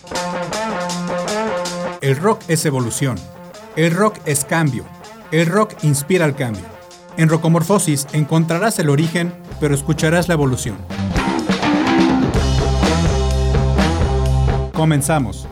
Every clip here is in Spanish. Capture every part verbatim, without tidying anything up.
El rock es evolución. El rock es cambio. El rock inspira al cambio. En Rocomorfosis encontrarás el origen, pero escucharás la evolución. Comenzamos.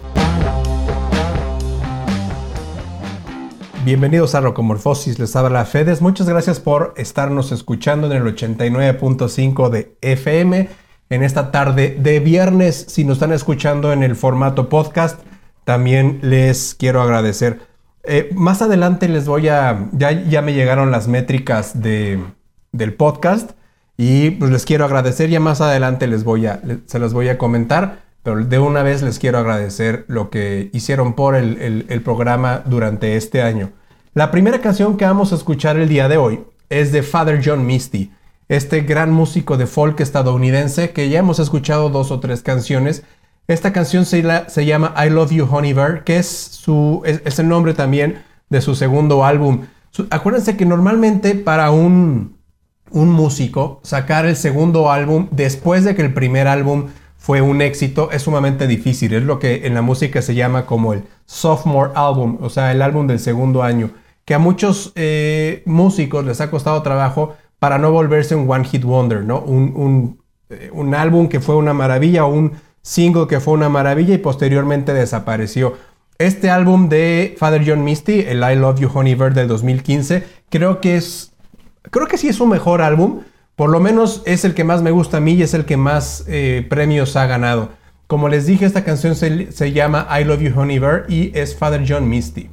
Bienvenidos a Rocomorfosis, les habla Fedes. Muchas gracias por estarnos escuchando en el ochenta y nueve punto cinco de F M en esta tarde de viernes. Si nos están escuchando en el formato podcast, también les quiero agradecer. Eh, más adelante les voy a... Ya, ya me llegaron las métricas de, del podcast y pues les quiero agradecer. Ya más adelante les voy a, se las voy a comentar, pero de una vez les quiero agradecer lo que hicieron por el, el, el programa durante este año. La primera canción que vamos a escuchar el día de hoy es de Father John Misty, este gran músico de folk estadounidense que ya hemos escuchado dos o tres canciones. Esta canción se, la, se llama I Love You Honey Bear, que es, su, es, es el nombre también de su segundo álbum. Su, acuérdense que normalmente para un, un músico sacar el segundo álbum después de que el primer álbum fue un éxito es sumamente difícil. Es lo que en la música se llama como el sophomore album, o sea, el álbum del segundo año, que a muchos eh, músicos les ha costado trabajo para no volverse un one hit wonder, ¿no? Un, un, eh, un álbum que fue una maravilla o un single que fue una maravilla y posteriormente desapareció. Este álbum de Father John Misty, el I Love You Honey Bear del dos mil quince, creo que es, creo que sí es un mejor álbum. Por lo menos es el que más me gusta a mí y es el que más eh, premios ha ganado. Como les dije, esta canción se, se llama I Love You Honey Bear y es Father John Misty.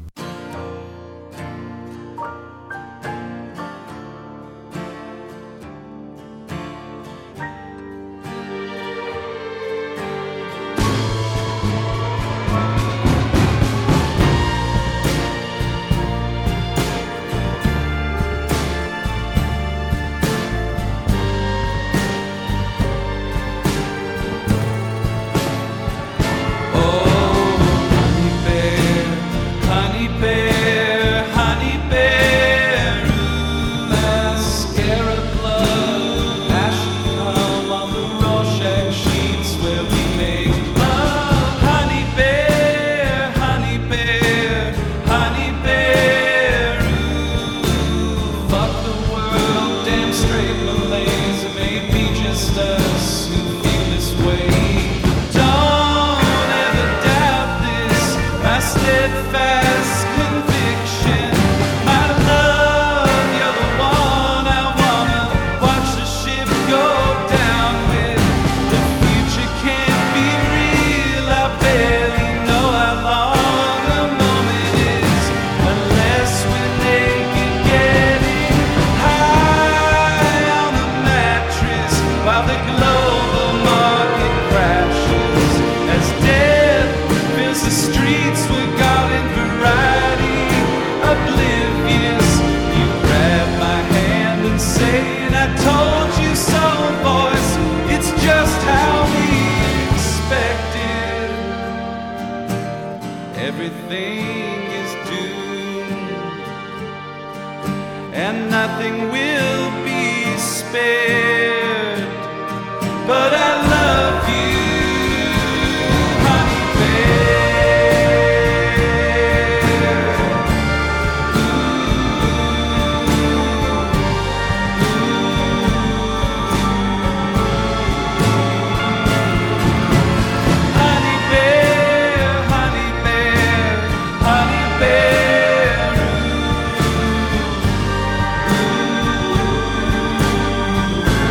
Bear.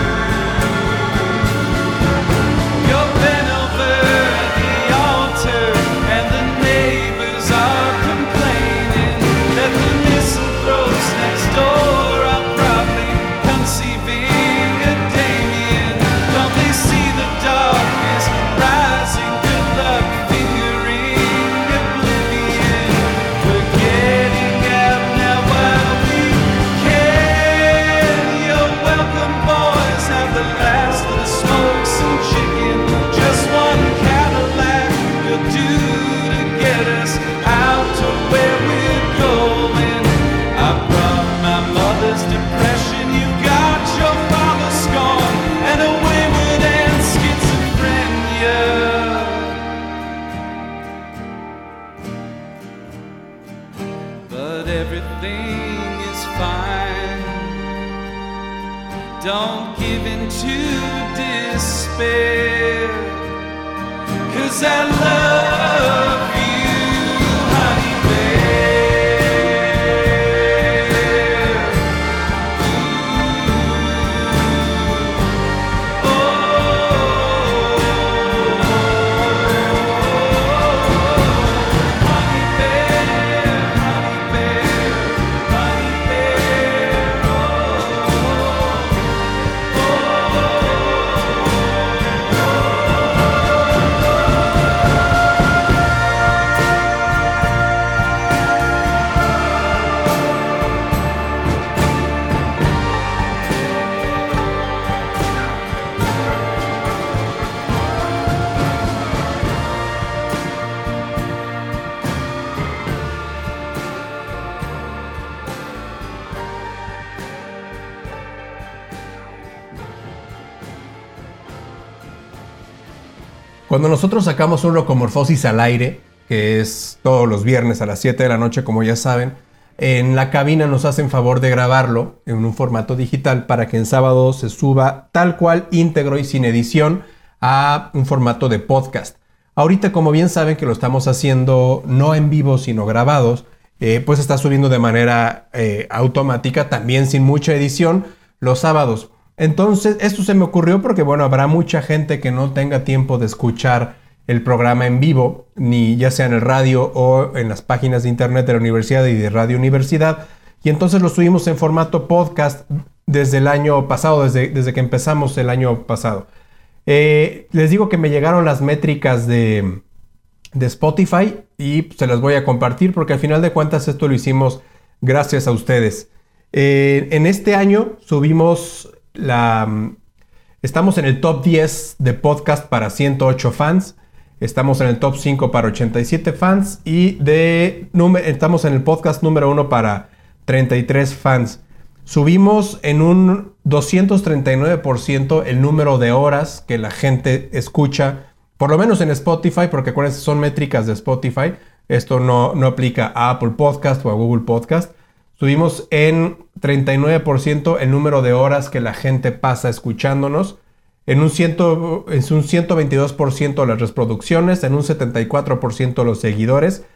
despair, 'cause I love you, honey bear. Oh, honey bear, honey bear, honey bear. Cuando nosotros sacamos un Rocomorfosis al aire, que es todos los viernes a las siete de la noche, como ya saben, en la cabina nos hacen favor de grabarlo en un formato digital para que en sábado se suba tal cual, íntegro y sin edición, a un formato de podcast. Ahorita, como bien saben que lo estamos haciendo no en vivo, sino grabados, eh, pues está subiendo de manera eh, automática, también sin mucha edición, los sábados. Entonces, esto se me ocurrió porque, bueno, habrá mucha gente que no tenga tiempo de escuchar el programa en vivo, ni ya sea en el radio o en las páginas de internet de la universidad y de Radio Universidad. Y entonces lo subimos en formato podcast desde el año pasado, desde, desde que empezamos el año pasado. Eh, les digo que me llegaron las métricas de, de Spotify y se las voy a compartir porque al final de cuentas esto lo hicimos gracias a ustedes. Eh, en este año subimos... La, estamos en el top diez de podcast para ciento ocho fans. Estamos en el top cinco para ochenta y siete fans. Y de, estamos en el podcast número uno para treinta y tres fans. Subimos en un doscientos treinta y nueve por ciento el número de horas que la gente escucha. Por lo menos en Spotify, porque acuérdense, son métricas de Spotify. Esto no, no aplica a Apple Podcast o a Google Podcast. Subimos en treinta y nueve por ciento el número de horas que la gente pasa escuchándonos, en un, ciento, en un ciento veintidós por ciento las reproducciones, en un setenta y cuatro por ciento los seguidores.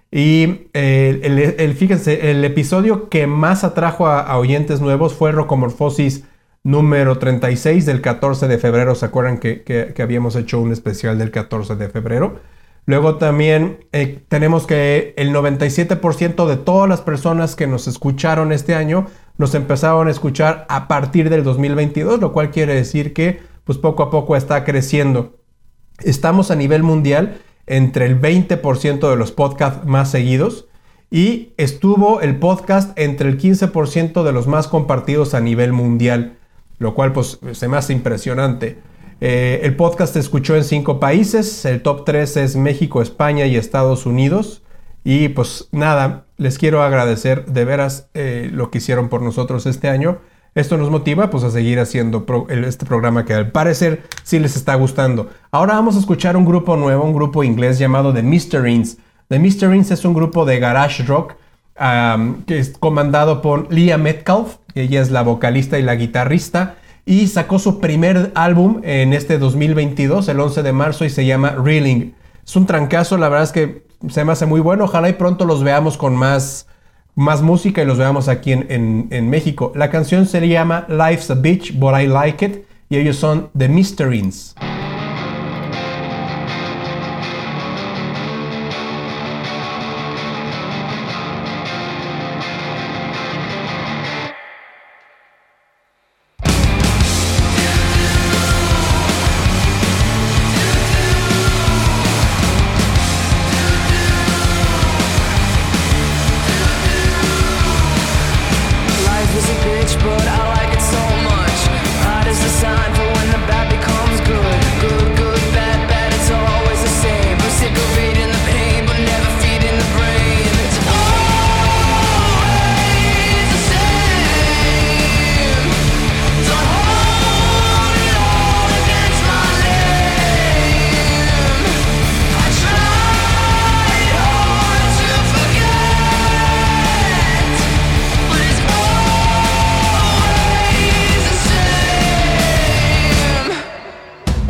Y eh, el, el, el, fíjense, el episodio que más atrajo a, a oyentes nuevos fue Rocomorfosis número treinta y seis del catorce de febrero. ¿Se acuerdan que, que, que habíamos hecho un especial del catorce de febrero? Luego también eh, tenemos que el noventa y siete por ciento de todas las personas que nos escucharon este año nos empezaron a escuchar a partir del dos mil veintidós, lo cual quiere decir que pues poco a poco está creciendo. Estamos a nivel mundial entre el veinte por ciento de los podcasts más seguidos y estuvo el podcast entre el quince por ciento de los más compartidos a nivel mundial, lo cual pues se me hace impresionante. Eh, el podcast se escuchó en cinco países, el top tres es México, España y Estados Unidos. Y pues nada, les quiero agradecer de veras eh, lo que hicieron por nosotros este año. Esto nos motiva pues a seguir haciendo pro, el, este programa que al parecer sí les está gustando. Ahora vamos a escuchar un grupo nuevo, un grupo inglés llamado The Mysterines. The Mysterines es un grupo de garage rock um, que es comandado por Leah Metcalf. Ella es la vocalista y la guitarrista. Y sacó su primer álbum en este dos mil veintidós, el once de marzo, y se llama Reeling. Es un trancazo, la verdad es que se me hace muy bueno. Ojalá y pronto los veamos con más, más música y los veamos aquí en, en, en México. La canción se llama Life's a Bitch, But I Like It, y ellos son The Mysterines. But I like it so much. Pride is a sign for when the bad becomes good.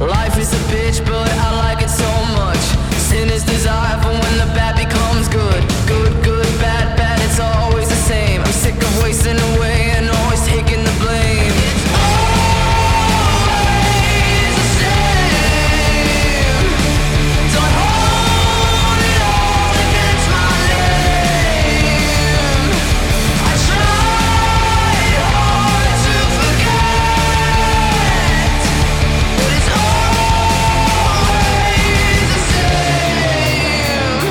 Life is a bitch, but I like it so much. Sin is desire for when the bad becomes good. Good, good, bad, bad, it's always the same. I'm sick of wasting away and always taking the blame. It's always the same. Don't hold it all against my name. I tried hard to forget, but it's always the same.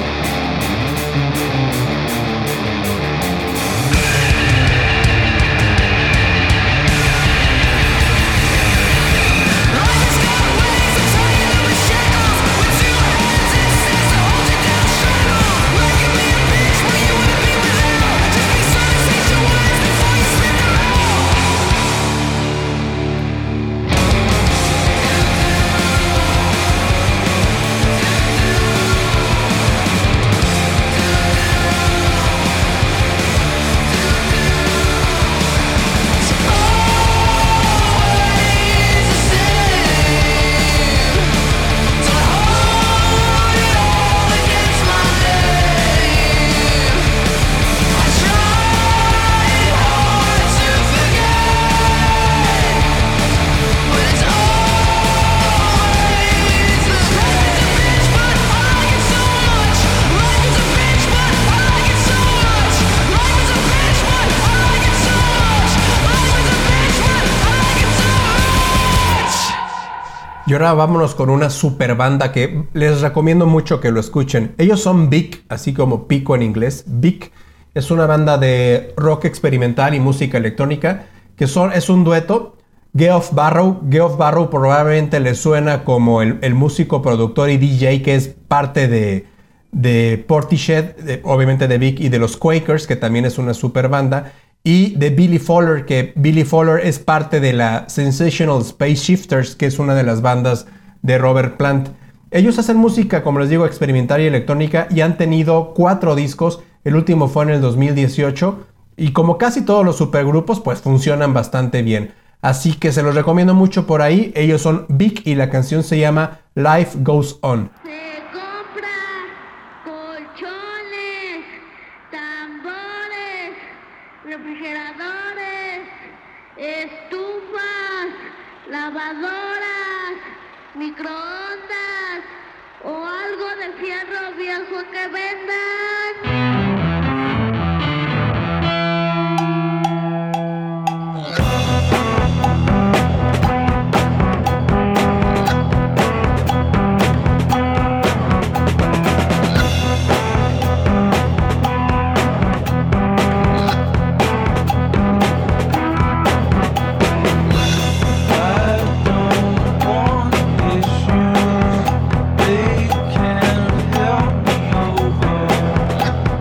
Life has got ways of tying you in shackles. With two hands it says to hold you down struggle. Like you be a bitch when you wanna be without. Just make sure to taste your words before you spit them out. It's always the same. Don't hold it all against my name. I tried hard to forget, but it's always the same. Life is a bitch, but I like it so much. Life is a bitch, but I like it so much. Life is a bitch, but I like it so much. Y ahora vámonos con una super banda que les recomiendo mucho que lo escuchen. Ellos son Vic, así como pico en inglés. Vic es una banda de rock experimental y música electrónica que son, es un dueto. Geoff Barrow, Geoff Barrow probablemente le suena como el, el músico, productor y D J que es parte de, de Portishead, de- obviamente de Vic y de los Quakers, que también es una super banda, y de Billy Fuller, que Billy Fuller es parte de la Sensational Space Shifters, que es una de las bandas de Robert Plant. Ellos hacen música, como les digo, experimental y electrónica, y han tenido cuatro discos. El último fue en el dos mil dieciocho, y como casi todos los supergrupos, pues funcionan bastante bien. Así que se los recomiendo mucho por ahí. Ellos son Vic y la canción se llama Life Goes On. Se compra colchones, tambores, refrigeradores, estufas, lavadoras, microondas o algo de fierro viejo que vendan. I don't want issues. They can't help me over.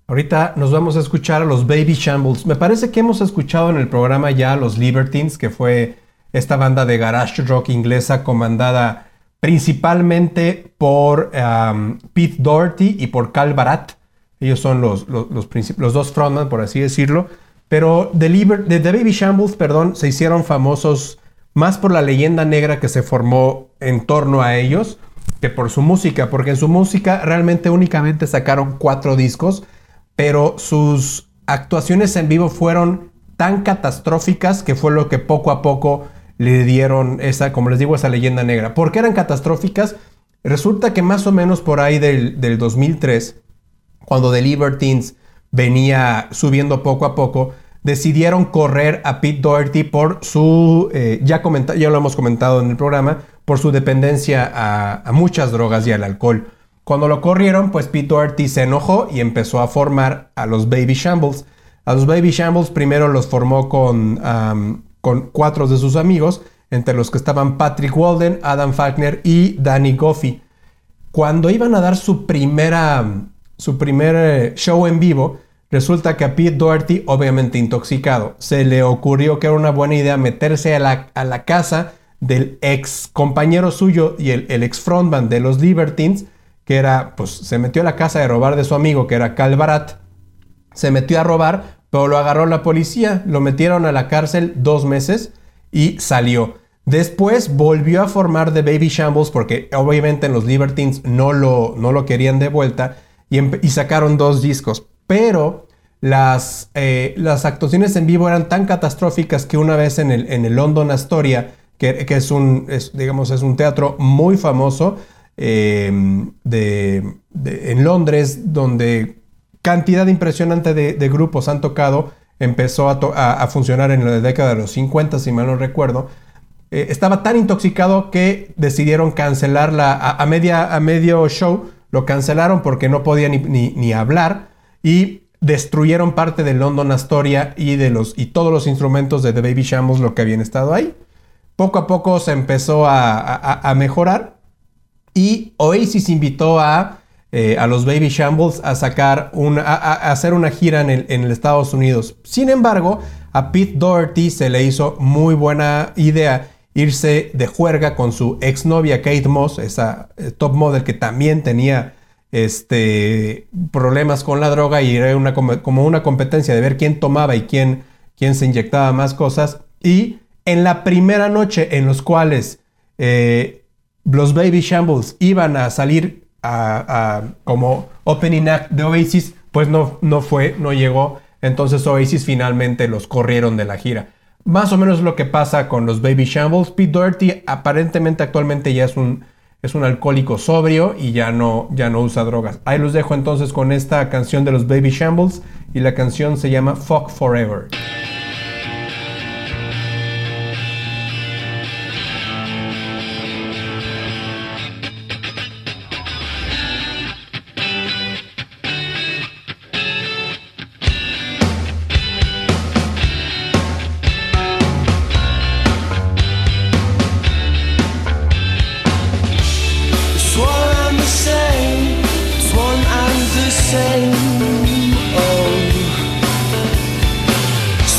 Ahorita nos vamos a escuchar a los Baby Shambles. Me parece que hemos escuchado en el programa ya a los Libertines, que fue esta banda de garage rock inglesa comandada principalmente por um, Pete Doherty y por Carl Barat. Ellos son los, los, los, los dos frontman, por así decirlo. Pero The, Liber- The, The Baby Shambles, perdón, se hicieron famosos más por la leyenda negra que se formó en torno a ellos que por su música, porque en su música realmente únicamente sacaron cuatro discos, pero sus actuaciones en vivo fueron tan catastróficas que fue lo que poco a poco le dieron esa, como les digo, esa leyenda negra. ¿Por qué eran catastróficas? Resulta que más o menos por ahí del, del dos mil tres, cuando The Libertines venía subiendo poco a poco, decidieron correr a Pete Doherty por su, eh, ya, comenta, ya lo hemos comentado en el programa, por su dependencia a, a muchas drogas y al alcohol. Cuando lo corrieron, pues Pete Doherty se enojó y empezó a formar a los Baby Shambles. A los Baby Shambles primero los formó con, um, con cuatro de sus amigos, entre los que estaban Patrick Walden, Adam Falkner y Danny Goffey. Cuando iban a dar su primera, su primer show en vivo, resulta que a Pete Doherty, obviamente intoxicado, se le ocurrió que era una buena idea meterse a la, a la casa del ex compañero suyo y el, el ex frontman de los Libertines, que era, pues se metió a la casa de robar de su amigo, que era Carl Barat. Se metió a robar, pero lo agarró la policía, lo metieron a la cárcel dos meses y salió. Después volvió a formar The Baby Shambles, porque obviamente en los Libertines no lo, no lo querían de vuelta, y, y sacaron dos discos. Pero las, eh, las actuaciones en vivo eran tan catastróficas que una vez en el, en el London Astoria, que, que es, un, es, digamos, es un teatro muy famoso, Eh, de, de, en Londres, donde cantidad impresionante de, de grupos han tocado, empezó a, to- a, a funcionar en la década de los cincuenta, si mal no recuerdo. Eh, estaba tan intoxicado que decidieron cancelarla a, a, media, a medio show, lo cancelaron porque no podía ni, ni, ni hablar y destruyeron parte del London Astoria y, de los, y todos los instrumentos de The Baby Shambles, lo que habían estado ahí. Poco a poco se empezó a, a, a mejorar. Y Oasis invitó a, eh, a los Baby Shambles a sacar una, a, a hacer una gira en el, en el Estados Unidos. Sin embargo, a Pete Doherty se le hizo muy buena idea irse de juerga con su exnovia Kate Moss, esa eh, top model que también tenía este, problemas con la droga y era una, como una competencia de ver quién tomaba y quién, quién se inyectaba más cosas. Y en la primera noche en los cuales Eh, los Baby Shambles iban a salir a, a, como opening act de Oasis, pues no, no fue, no llegó. Entonces Oasis finalmente los corrieron de la gira. Más o menos lo que pasa con los Baby Shambles. Pete Doherty aparentemente actualmente ya es un, es un alcohólico sobrio y ya no, ya no usa drogas. Ahí los dejo entonces con esta canción de los Baby Shambles y la canción se llama Fuck Forever. Same, oh.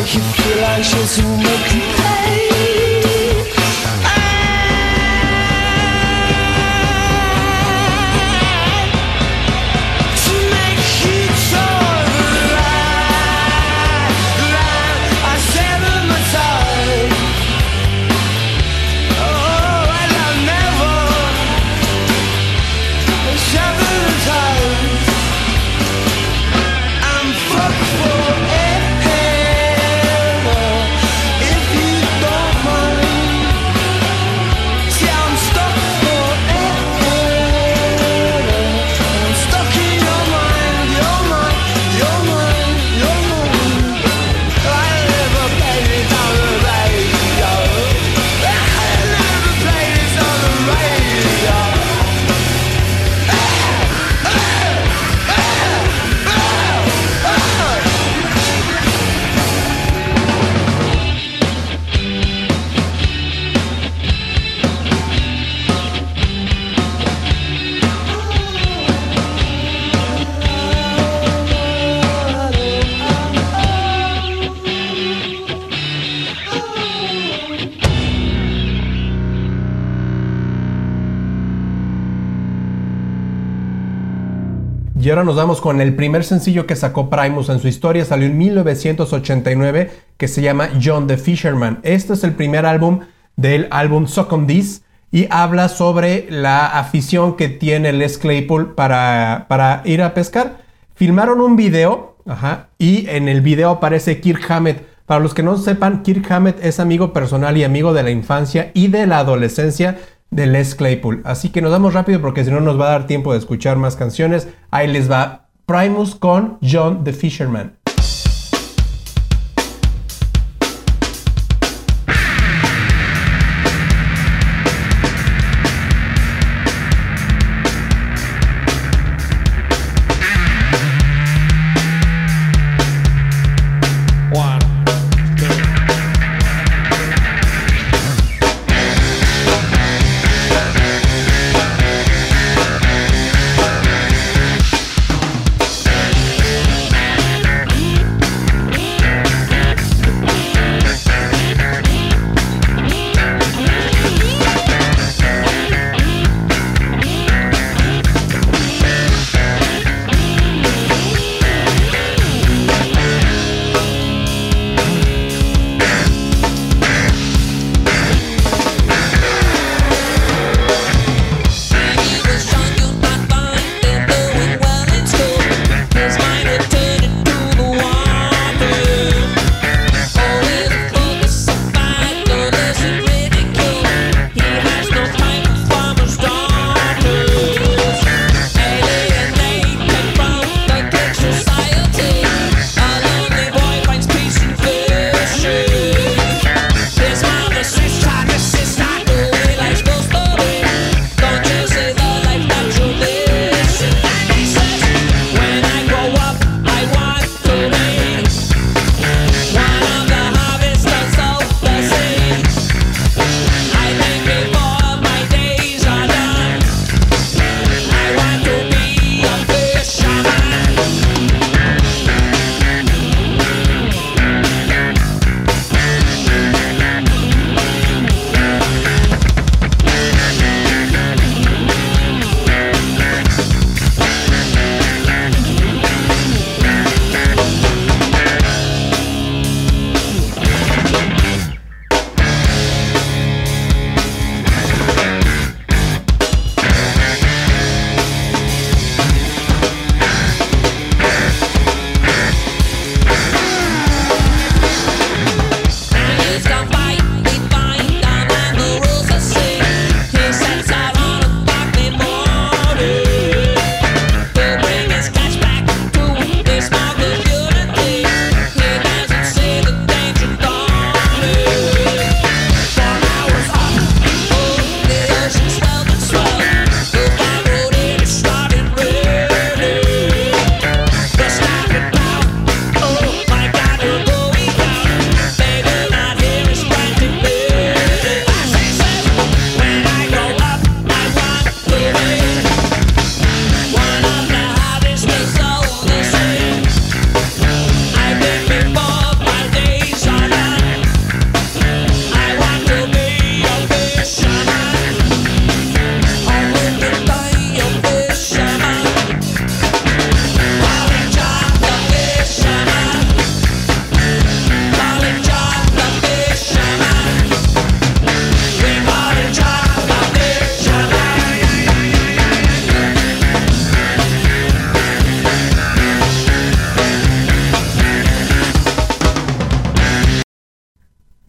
make you feel anxious, who make you pay. To make you toe the line, line. I sever my tie. Oh, and I'll never sever the tie. I'm fucked forever if you don't mind. See, I'm stuck forever. I'm stuck in your mind, your mind, your mind, your mind. I never played it on the radio. I never played it on the radio. Y ahora nos vamos con el primer sencillo que sacó Primus en su historia. Salió en mil novecientos ochenta y nueve, que se llama John the Fisherman. Este es el primer álbum del álbum Suck on This y habla sobre la afición que tiene Les Claypool para, para ir a pescar. Filmaron un video, ajá, y en el video aparece Kirk Hammett. Para los que no sepan, Kirk Hammett es amigo personal y amigo de la infancia y de la adolescencia de Les Claypool. Así que nos damos rápido porque si no nos va a dar tiempo de escuchar más canciones. Ahí les va Primus con John the Fisherman. One.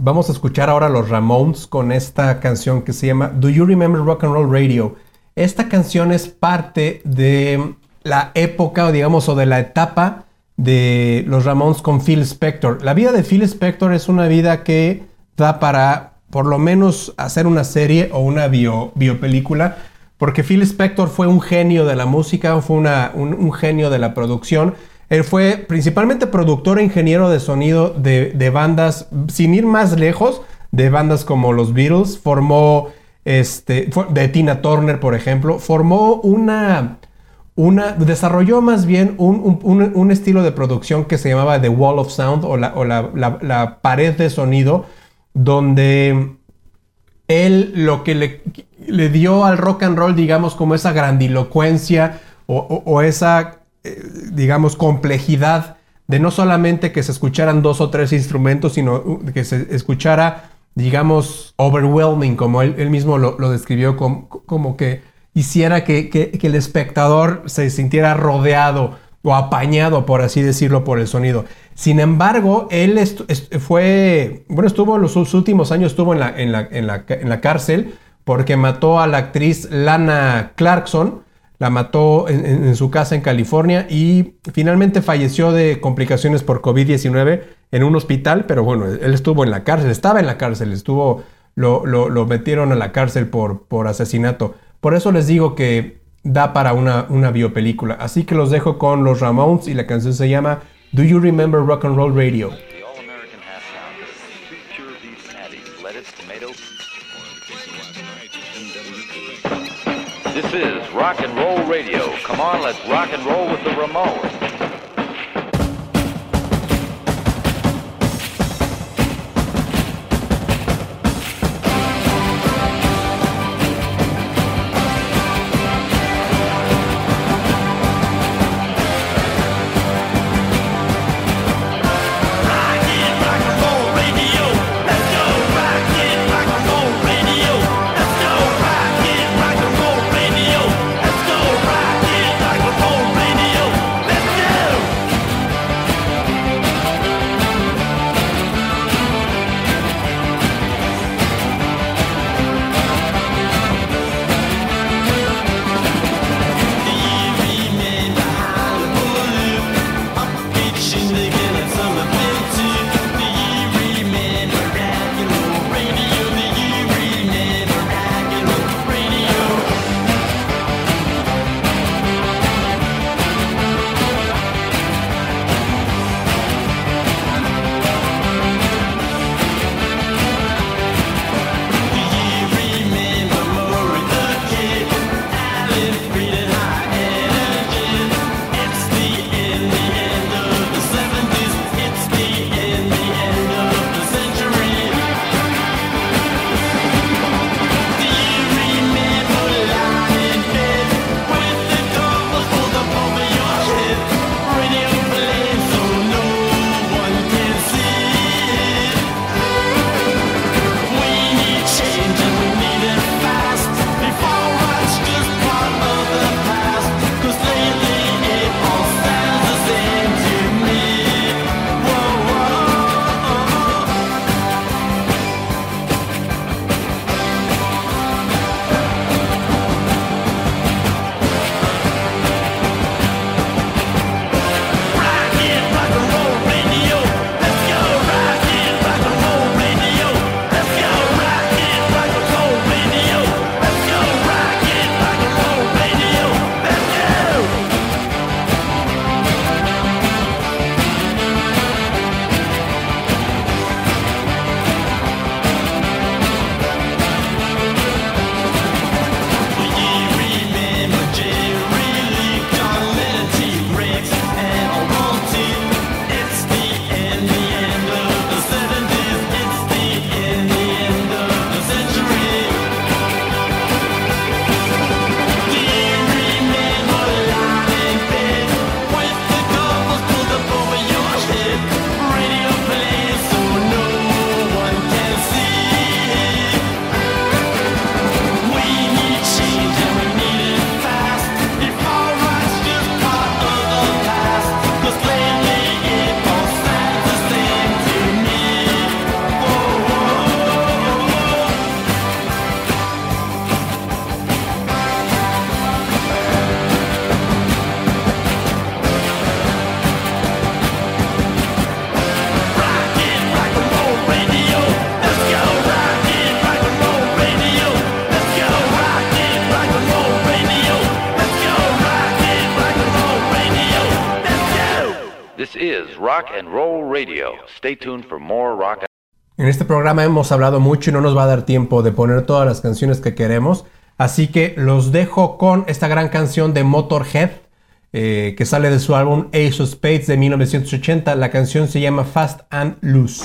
Vamos a escuchar ahora a los Ramones con esta canción que se llama Do You Remember Rock and Roll Radio? Esta canción es parte de la época, o digamos, o de la etapa de los Ramones con Phil Spector. La vida de Phil Spector es una vida que da para, por lo menos, hacer una serie o una bio, biopelícula, porque Phil Spector fue un genio de la música, fue una, un, un genio de la producción. Él fue principalmente productor e ingeniero de sonido de, de bandas, sin ir más lejos, de bandas como los Beatles. Formó, este, de Tina Turner, por ejemplo, formó una... Una, desarrolló más bien un, un, un estilo de producción que se llamaba The Wall of Sound, o la, o la, la, la pared de sonido, donde él lo que le, le dio al rock and roll, digamos, como esa grandilocuencia o, o, o esa, eh, digamos, complejidad de no solamente que se escucharan dos o tres instrumentos, sino que se escuchara, digamos, overwhelming, como él, él mismo lo, lo describió, como, como que hiciera que, que, que el espectador se sintiera rodeado o apañado, por así decirlo, por el sonido. Sin embargo, él est- est- fue, bueno, estuvo en los últimos años, estuvo en la, en la, en la, en la cárcel porque mató a la actriz Lana Clarkson, la mató en, en, en su casa en California y finalmente falleció de complicaciones por COVID diecinueve en un hospital, pero bueno, él estuvo en la cárcel, estaba en la cárcel, estuvo, lo, lo, lo metieron a la cárcel por, por asesinato. Por eso les digo que da para una, una biopelícula. Así que los dejo con los Ramones y la canción se llama Do You Remember Rock and Roll Radio? The all-American half pound of two pure beef patties, lettuce, tomato. This is Rock and Roll Radio. Come on, let's rock and roll with the Ramones. Let's go! Rock and Roll Radio. Stay tuned for more rock and En este programa hemos hablado mucho y no nos va a dar tiempo de poner todas las canciones que queremos, así que los dejo con esta gran canción de Motorhead, eh, que sale de su álbum Ace of Spades de mil novecientos ochenta. La canción se llama Fast and Loose.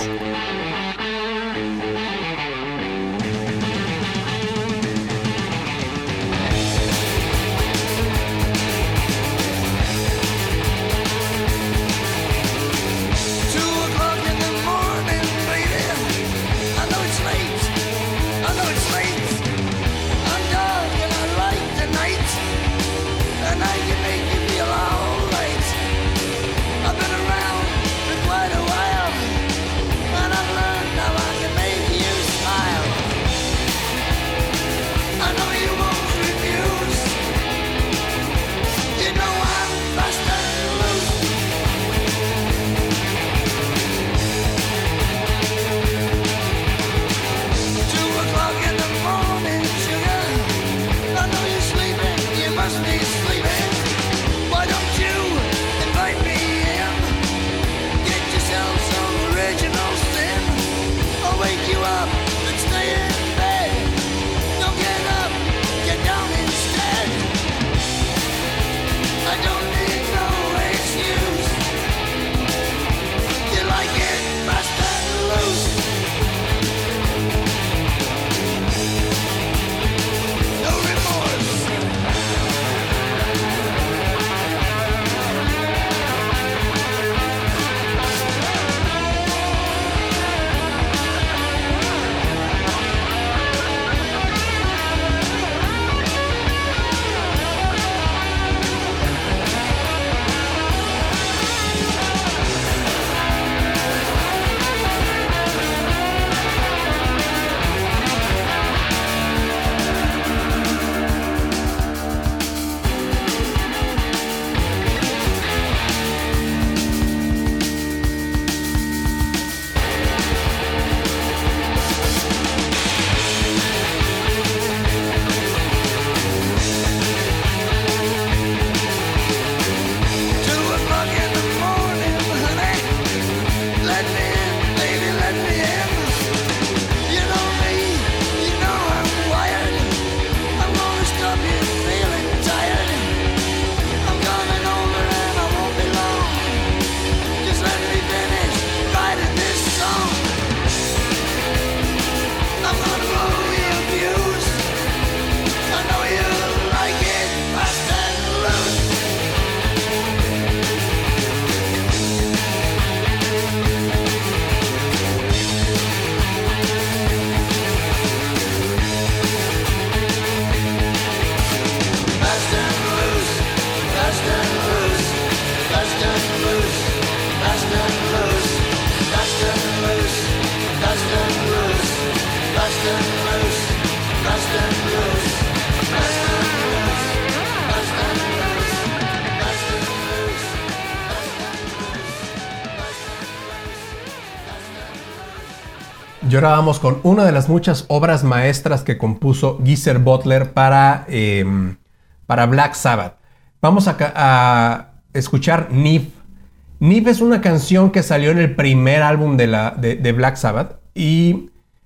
Y ahora vamos con una de las muchas obras maestras que compuso Geezer Butler para, eh, para Black Sabbath. Vamos a, a escuchar Neve. Neve es una canción que salió en el primer álbum de, la, de, de Black Sabbath. Y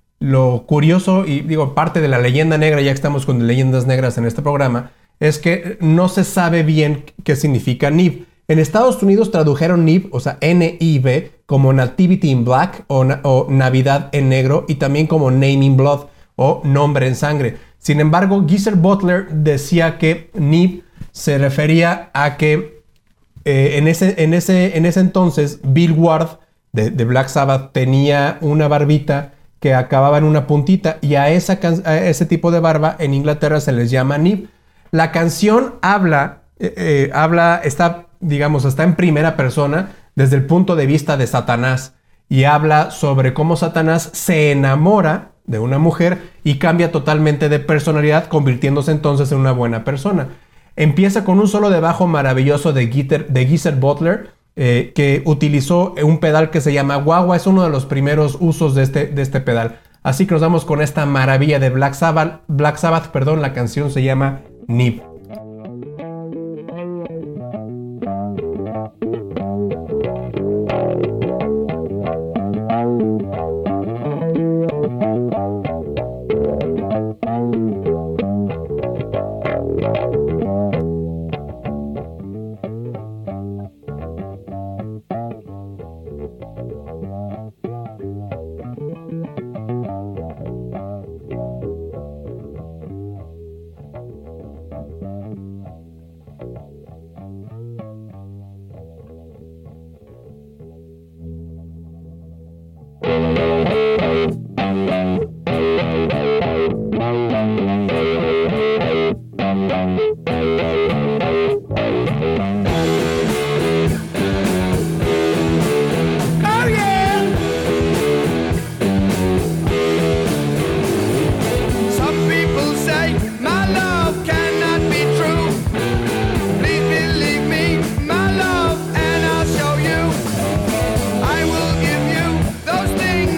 lo curioso, y digo, parte de la leyenda negra, ya que estamos con leyendas negras en este programa, es que no se sabe bien qué significa Neve. En Estados Unidos tradujeron Neve, o sea, N I V, como Nativity in Black o, o Navidad en negro, y también como Name in Blood o Nombre en Sangre. Sin embargo, Geezer Butler decía que Neve se refería a que eh, en, ese, en, ese, en ese entonces Bill Ward de, de Black Sabbath tenía una barbita que acababa en una puntita, y a, esa, a ese tipo de barba en Inglaterra se les llama Neve. La canción habla, eh, eh, habla, está, digamos, está en primera persona desde el punto de vista de Satanás, y habla sobre cómo Satanás se enamora de una mujer y cambia totalmente de personalidad, convirtiéndose entonces en una buena persona. Empieza con un solo de bajo maravilloso de Geezer, de Geezer Butler, eh, que utilizó un pedal que se llama guagua. Es uno de los primeros usos de este, de este pedal. Así que nos vamos con esta maravilla de Black Sabbath. Black Sabbath, perdón, la canción se llama Neve. Oh yeah. Some people say my love cannot be true. Please believe me, my love, and I'll show you. I will give you those things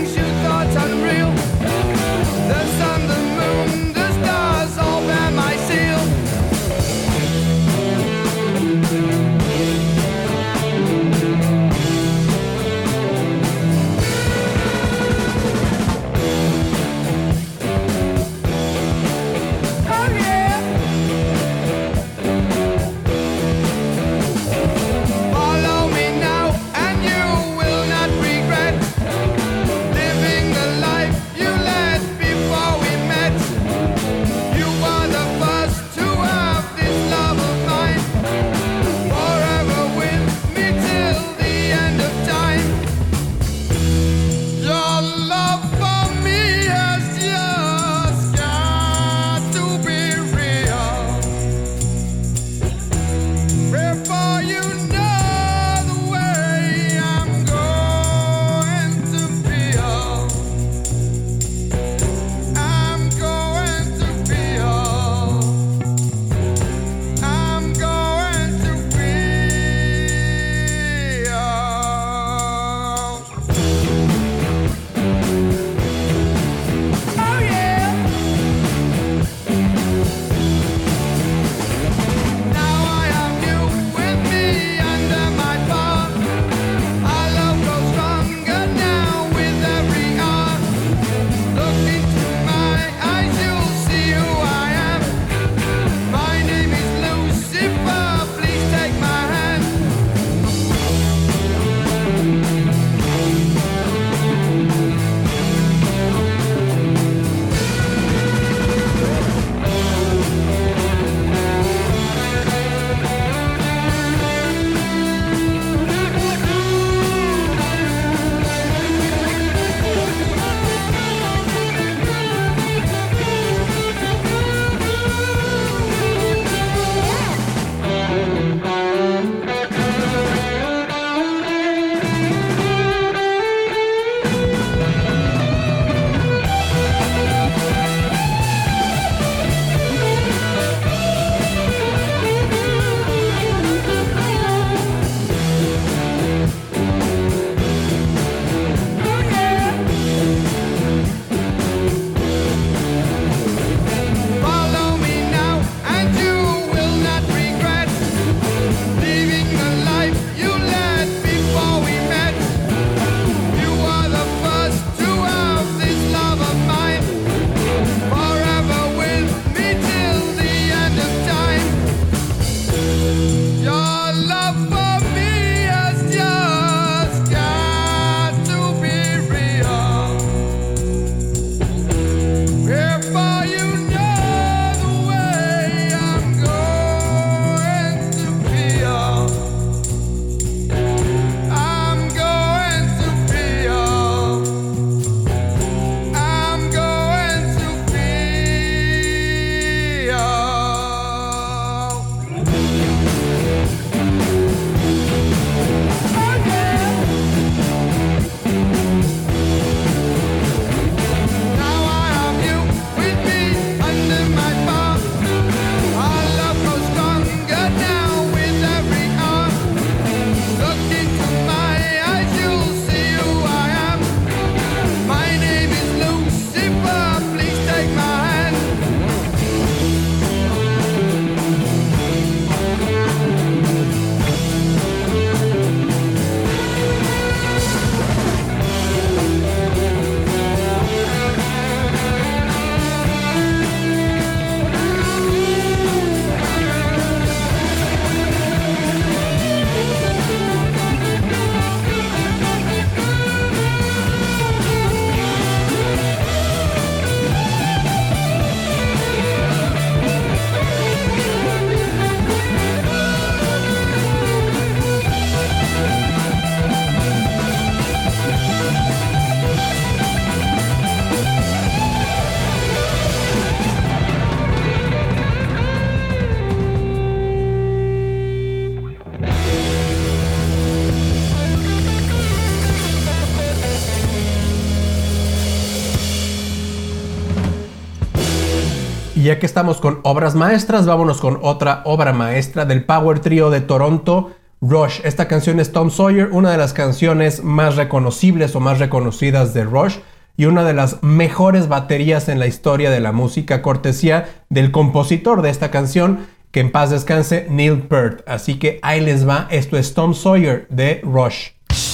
Y ya que estamos con obras maestras, vámonos con otra obra maestra del Power Trio de Toronto, Rush. Esta canción es Tom Sawyer, una de las canciones más reconocibles o más reconocidas de Rush y una de las mejores baterías en la historia de la música, cortesía del compositor de esta canción, que en paz descanse, Neil Peart. Así que ahí les va, esto es Tom Sawyer de Rush.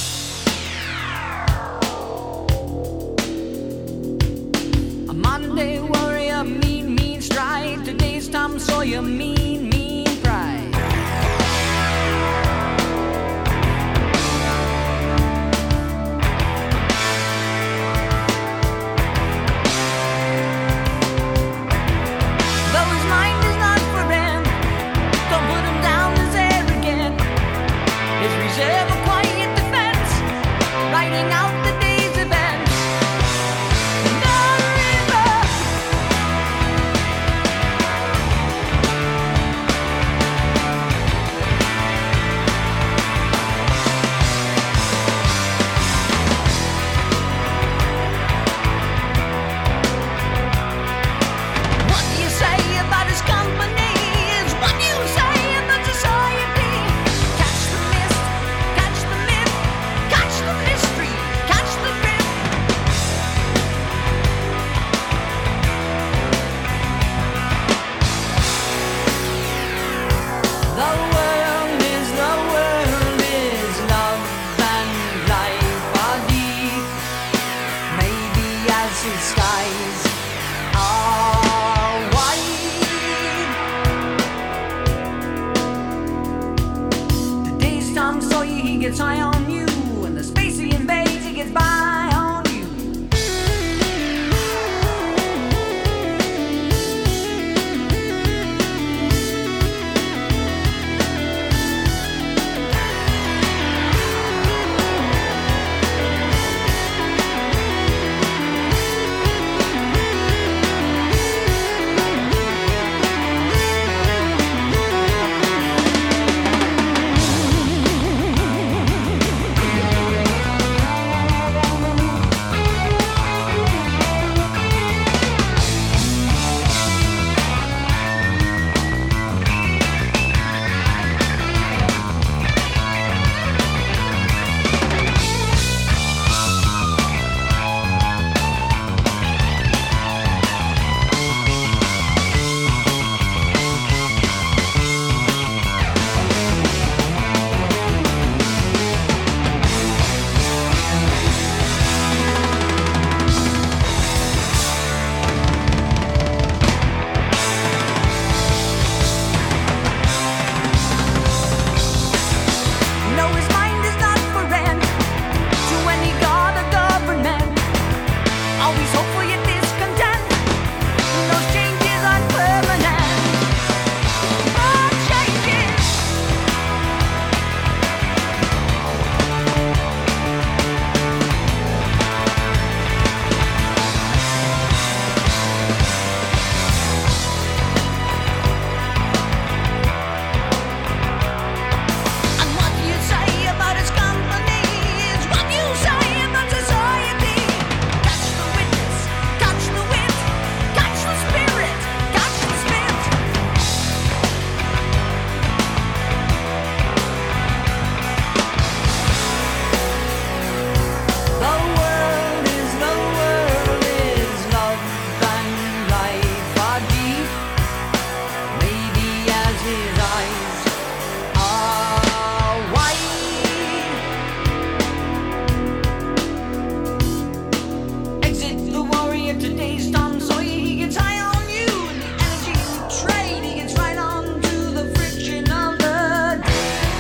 A Monday warrior, mean, mean stride. Today's Tom Sawyer, mean, mean pride. Though his mind is not for rent, don't put him down as arrogant. His reserve a quiet defense, writing out the day's events. The river. What do you say about his company? Is what you say about society. Catch the mist, catch the myth, catch the mystery, catch the drift. The world is, the world is love and life are deep. Maybe as his skies are wide. Today's Tom Sawyer, he gets high on you, and the space he invades, he gets by on you. No, his mind is not for rent to any god or government. Always hopeful yet discontent. Those changes aren't permanent. Oh, changes. And what you say about his company is what you say about society. Catch the witness, catch the wit, catch the spirit, catch the spit. The world is, the world is love and life are deep. Maybe as his eyes are wide. Exit the warrior, today's Tom Sawyer. He gets high on you, and the energy you trade, he gets right on to the friction of the day.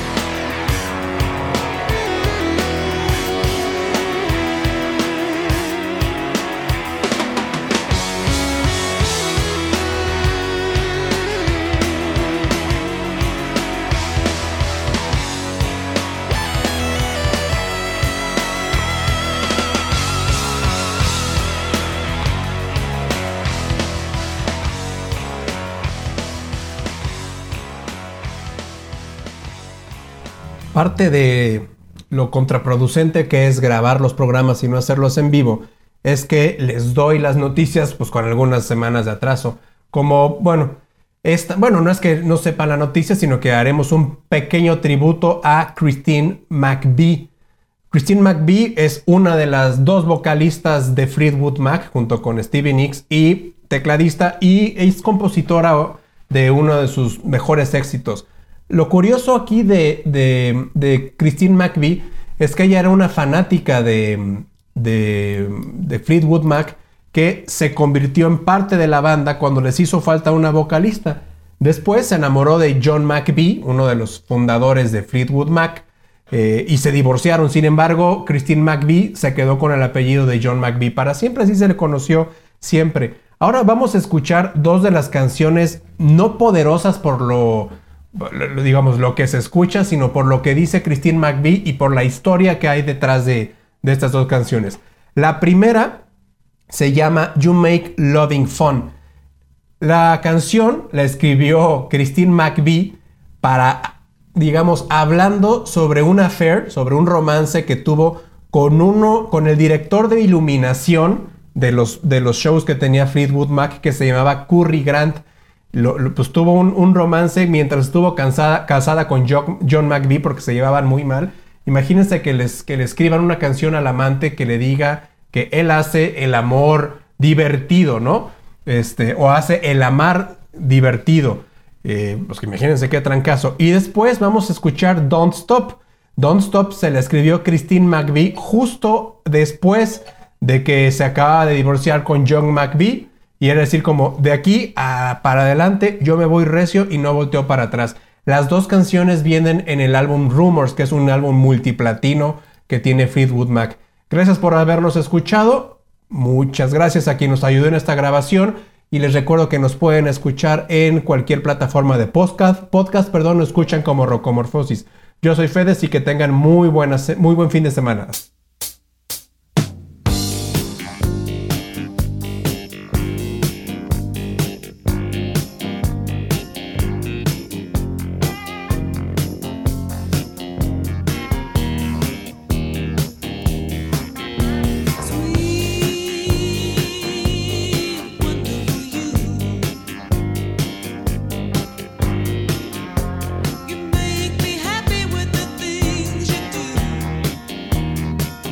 Parte de lo contraproducente que es grabar los programas y no hacerlos en vivo es que les doy las noticias pues con algunas semanas de atraso. como, bueno, esta, bueno, no es que no sepan la noticia, sino que haremos un pequeño tributo a Christine McVie. Christine McVie es una de las dos vocalistas de Fleetwood Mac, junto con Stevie Nicks, y tecladista, y es compositora de uno de sus mejores éxitos. Lo curioso aquí de, de, de Christine McVie es que ella era una fanática de, de, de Fleetwood Mac, que se convirtió en parte de la banda cuando les hizo falta una vocalista. Después se enamoró de John McVie, uno de los fundadores de Fleetwood Mac, eh, y se divorciaron. Sin embargo, Christine McVie se quedó con el apellido de John McVie para siempre, así se le conoció siempre. Ahora vamos a escuchar dos de las canciones no poderosas por lo, digamos, lo que se escucha, sino por lo que dice Christine McVie y por la historia que hay detrás de, de estas dos canciones. La primera se llama You Make Loving Fun. La canción la escribió Christine McVie para, digamos, hablando sobre un affair, sobre un romance que tuvo con uno, con el director de iluminación de los, de los shows que tenía Fleetwood Mac, que se llamaba Curry Grant. Lo, lo, pues tuvo un, un romance mientras estuvo cansada, casada con John, John McVie, porque se llevaban muy mal. Imagínense que les, que le escriban una canción al amante que le diga que él hace el amor divertido, ¿no? Este, o hace el amar divertido. Eh, pues que imagínense qué trancazo. Y después vamos a escuchar Don't Stop. Don't Stop se le escribió Christine McVie justo después de que se acababa de divorciar con John McVie. Y era decir, como de aquí a para adelante yo me voy recio y no volteo para atrás. Las dos canciones vienen en el álbum Rumors, que es un álbum multiplatino que tiene Fleetwood Mac. Gracias por habernos escuchado. Muchas gracias a quien nos ayudó en esta grabación. Y les recuerdo que nos pueden escuchar en cualquier plataforma de podcast. Podcast, perdón, nos escuchan como Rocomorfosis. Yo soy Fede y que tengan muy, buenas, muy buen fin de semana. You make me happy with the things you do.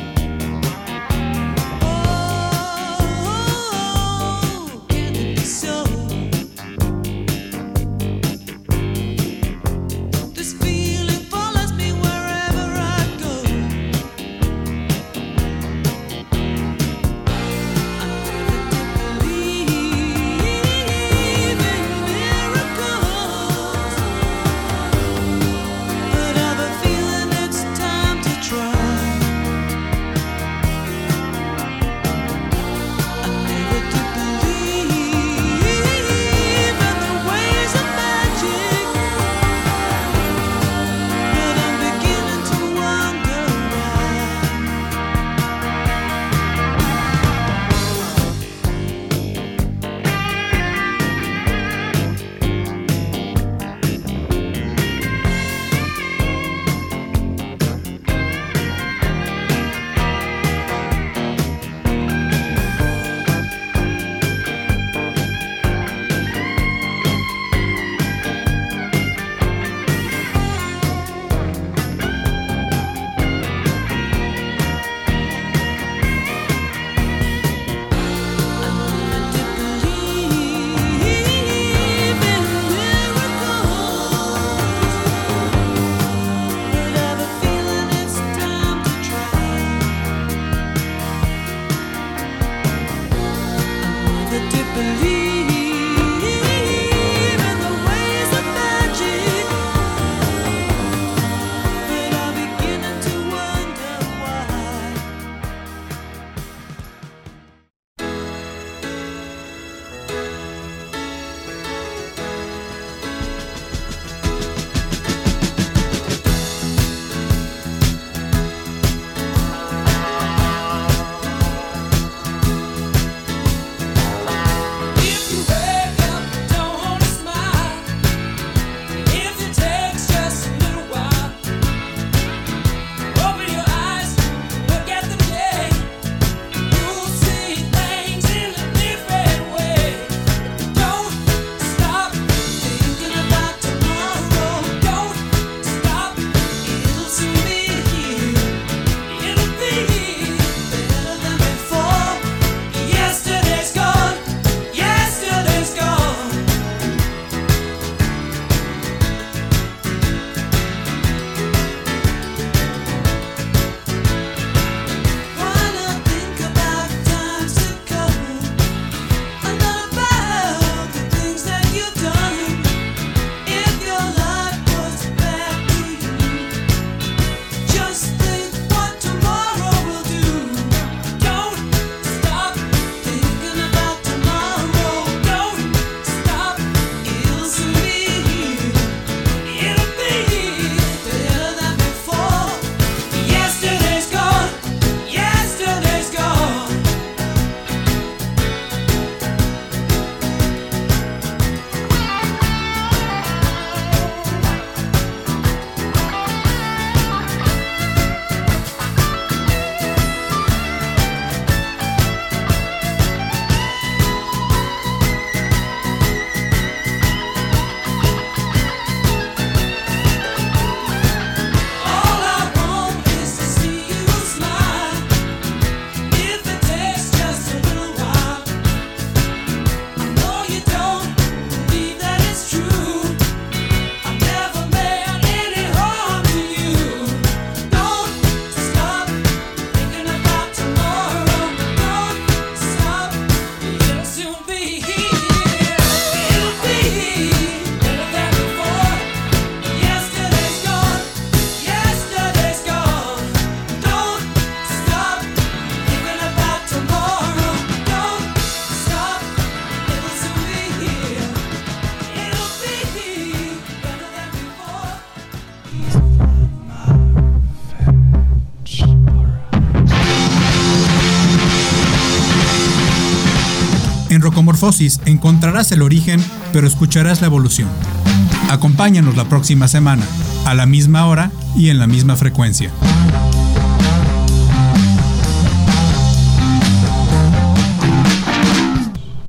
En Rocomorfosis encontrarás el origen, pero escucharás la evolución. Acompáñanos la próxima semana, a la misma hora y en la misma frecuencia.